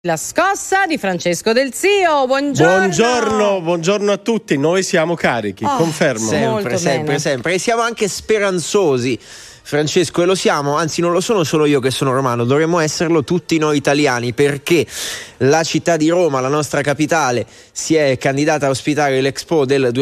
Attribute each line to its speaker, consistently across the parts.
Speaker 1: La scossa di Francesco Del Zio.
Speaker 2: Buongiorno a tutti. Noi siamo carichi, confermo.
Speaker 3: Sempre. E siamo anche speranzosi, Francesco, e lo siamo, anzi non lo sono solo io che sono romano, dovremmo esserlo tutti noi italiani, perché la città di Roma, la nostra capitale, si è candidata a ospitare l'Expo del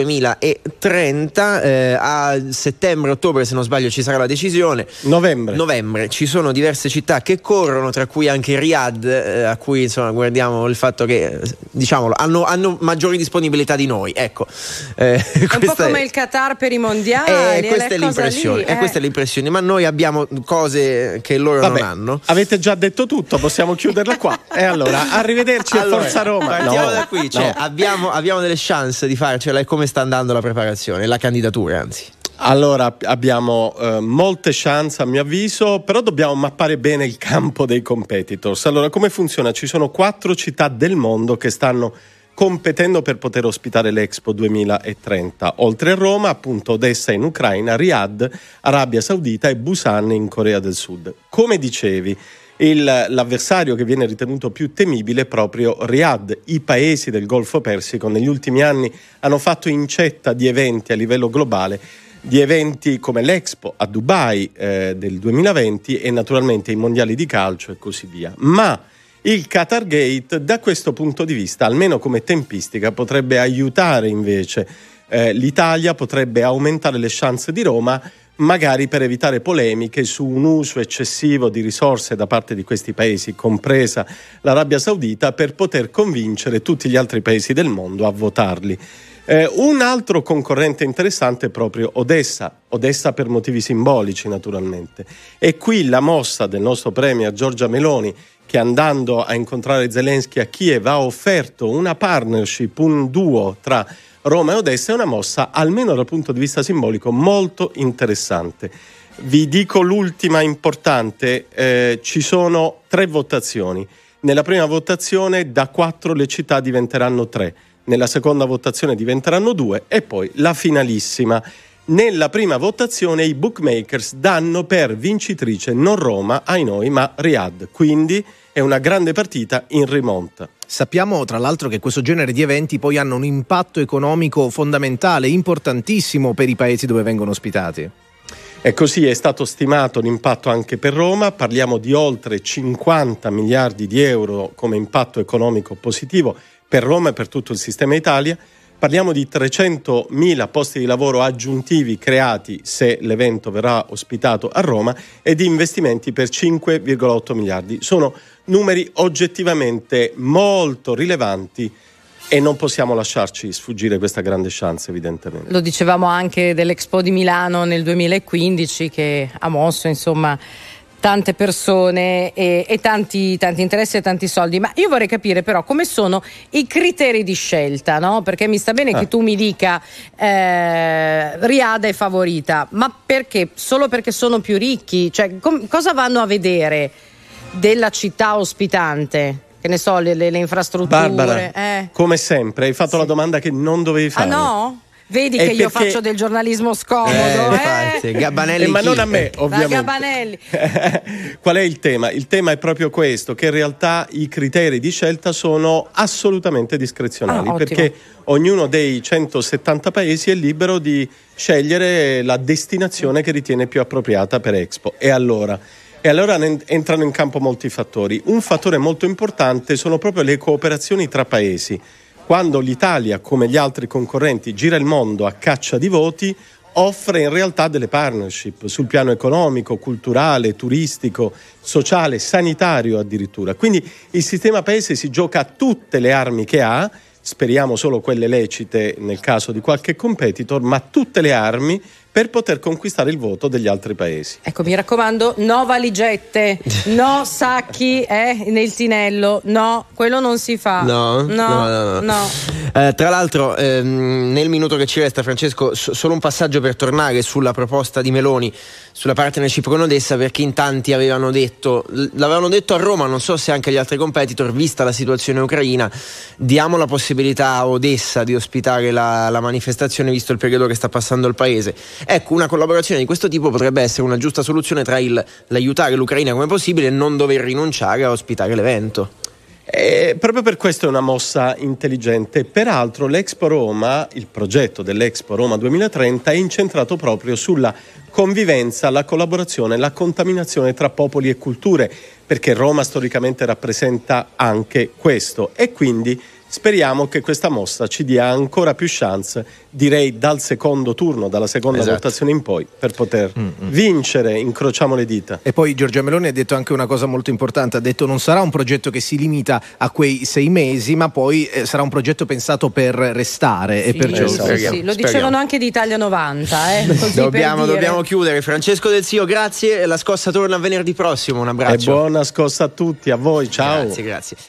Speaker 3: 2030. A settembre-ottobre, se non sbaglio, ci sarà la decisione. Novembre. Ci sono diverse città che corrono, tra cui anche Riyadh, a cui insomma guardiamo il fatto che, diciamolo, hanno maggiori disponibilità di noi. Ecco,
Speaker 1: è un po' come il Qatar per i mondiali.
Speaker 3: Questa è l'impressione. Ma noi abbiamo cose che loro non hanno.
Speaker 2: Avete già detto tutto, possiamo chiuderla qua. E allora, arrivederci a Forza Roma.
Speaker 3: Partiamo da qui, abbiamo delle chance di farcela. E come sta andando la preparazione, la candidatura, anzi?
Speaker 2: Allora, abbiamo molte chance a mio avviso, però dobbiamo mappare bene il campo dei competitors. Allora, come funziona? Ci sono 4 città del mondo che stanno competendo per poter ospitare l'Expo 2030. Oltre a Roma, appunto, Odessa in Ucraina, Riyadh, Arabia Saudita e Busan in Corea del Sud. Come dicevi, l'avversario che viene ritenuto più temibile è proprio Riyadh. I paesi del Golfo Persico negli ultimi anni hanno fatto incetta di eventi a livello globale, di eventi come l'Expo a Dubai del 2020 e naturalmente i mondiali di calcio e così via. Ma il Qatar Gate, da questo punto di vista, almeno come tempistica, potrebbe aiutare invece l'Italia, potrebbe aumentare le chance di Roma, magari per evitare polemiche su un uso eccessivo di risorse da parte di questi paesi, compresa l'Arabia Saudita, per poter convincere tutti gli altri paesi del mondo a votarli. Un altro concorrente interessante è proprio Odessa per motivi simbolici naturalmente. E qui la mossa del nostro premier Giorgia Meloni, che andando a incontrare Zelensky a Kiev ha offerto una partnership, un duo tra Roma e Odessa, è una mossa, almeno dal punto di vista simbolico, molto interessante. Vi dico l'ultima importante, ci sono 3 votazioni. Nella prima votazione da 4 le città diventeranno 3, nella seconda votazione diventeranno 2 e poi la finalissima. Nella prima votazione i bookmakers danno per vincitrice non Roma, ai noi, ma Riyadh, quindi è una grande partita in rimonta.
Speaker 4: Sappiamo tra l'altro che questo genere di eventi poi hanno un impatto economico fondamentale, importantissimo per i paesi dove vengono ospitati.
Speaker 2: E così è stato stimato l'impatto anche per Roma, parliamo di oltre 50 miliardi di euro come impatto economico positivo per Roma e per tutto il sistema Italia. Parliamo di 300.000 posti di lavoro aggiuntivi creati se l'evento verrà ospitato a Roma e di investimenti per 5,8 miliardi. Sono numeri oggettivamente molto rilevanti e non possiamo lasciarci sfuggire questa grande chance, evidentemente.
Speaker 1: Lo dicevamo anche dell'Expo di Milano nel 2015, che ha mosso, insomma, tante persone e tanti interessi e tanti soldi. Ma io vorrei capire però come sono i criteri di scelta, no? Perché mi sta bene che tu mi dica Riyadh è favorita, ma perché? Solo perché sono più ricchi? Cioè, cosa vanno a vedere della città ospitante? Che ne so, le infrastrutture.
Speaker 2: Barbara, come sempre hai fatto la domanda che non dovevi fare.
Speaker 1: Ah no? Vedi che io faccio del giornalismo scomodo.
Speaker 3: Infatti, Gabanelli
Speaker 2: ma non a me, ovviamente.
Speaker 1: Gabanelli.
Speaker 2: Qual è il tema? Il tema è proprio questo, che in realtà i criteri di scelta sono assolutamente discrezionali, perché ognuno dei 170 paesi è libero di scegliere la destinazione che ritiene più appropriata per Expo. E allora entrano in campo molti fattori. Un fattore molto importante sono proprio le cooperazioni tra paesi. Quando l'Italia, come gli altri concorrenti, gira il mondo a caccia di voti, offre in realtà delle partnership sul piano economico, culturale, turistico, sociale, sanitario addirittura. Quindi il sistema paese si gioca tutte le armi che ha, speriamo solo quelle lecite nel caso di qualche competitor, ma tutte le armi per poter conquistare il voto degli altri paesi.
Speaker 1: Ecco, mi raccomando, no valigette, no sacchi nel tinello, no, quello non si fa.
Speaker 3: No. Tra l'altro, nel minuto che ci resta, Francesco, solo un passaggio per tornare sulla proposta di Meloni sulla partnership con Odessa, perché in tanti l'avevano detto a Roma, non so se anche agli altri competitor, vista la situazione ucraina, diamo la possibilità a Odessa di ospitare la manifestazione, visto il periodo che sta passando il paese. Ecco, una collaborazione di questo tipo potrebbe essere una giusta soluzione tra l'aiutare l'Ucraina come possibile e non dover rinunciare a ospitare l'evento.
Speaker 2: E proprio per questo è una mossa intelligente. Peraltro l'Expo Roma, il progetto dell'Expo Roma 2030 è incentrato proprio sulla convivenza, la collaborazione, la contaminazione tra popoli e culture, perché Roma storicamente rappresenta anche questo, e quindi speriamo che questa mossa ci dia ancora più chance, direi dal secondo turno, dalla seconda votazione in poi, per poter vincere. Incrociamo le dita.
Speaker 4: E poi Giorgia Meloni ha detto anche una cosa molto importante, ha detto non sarà un progetto che si limita a quei 6 mesi, ma poi sarà un progetto pensato per restare.
Speaker 1: Sì,
Speaker 4: e perciò
Speaker 1: sì. Lo dicevano anche di Italia 90. Così
Speaker 3: dobbiamo chiudere. Francesco Del Sio, grazie. La scossa torna venerdì prossimo. Un abbraccio.
Speaker 2: E buona scossa a tutti, a voi. Ciao.
Speaker 3: Grazie.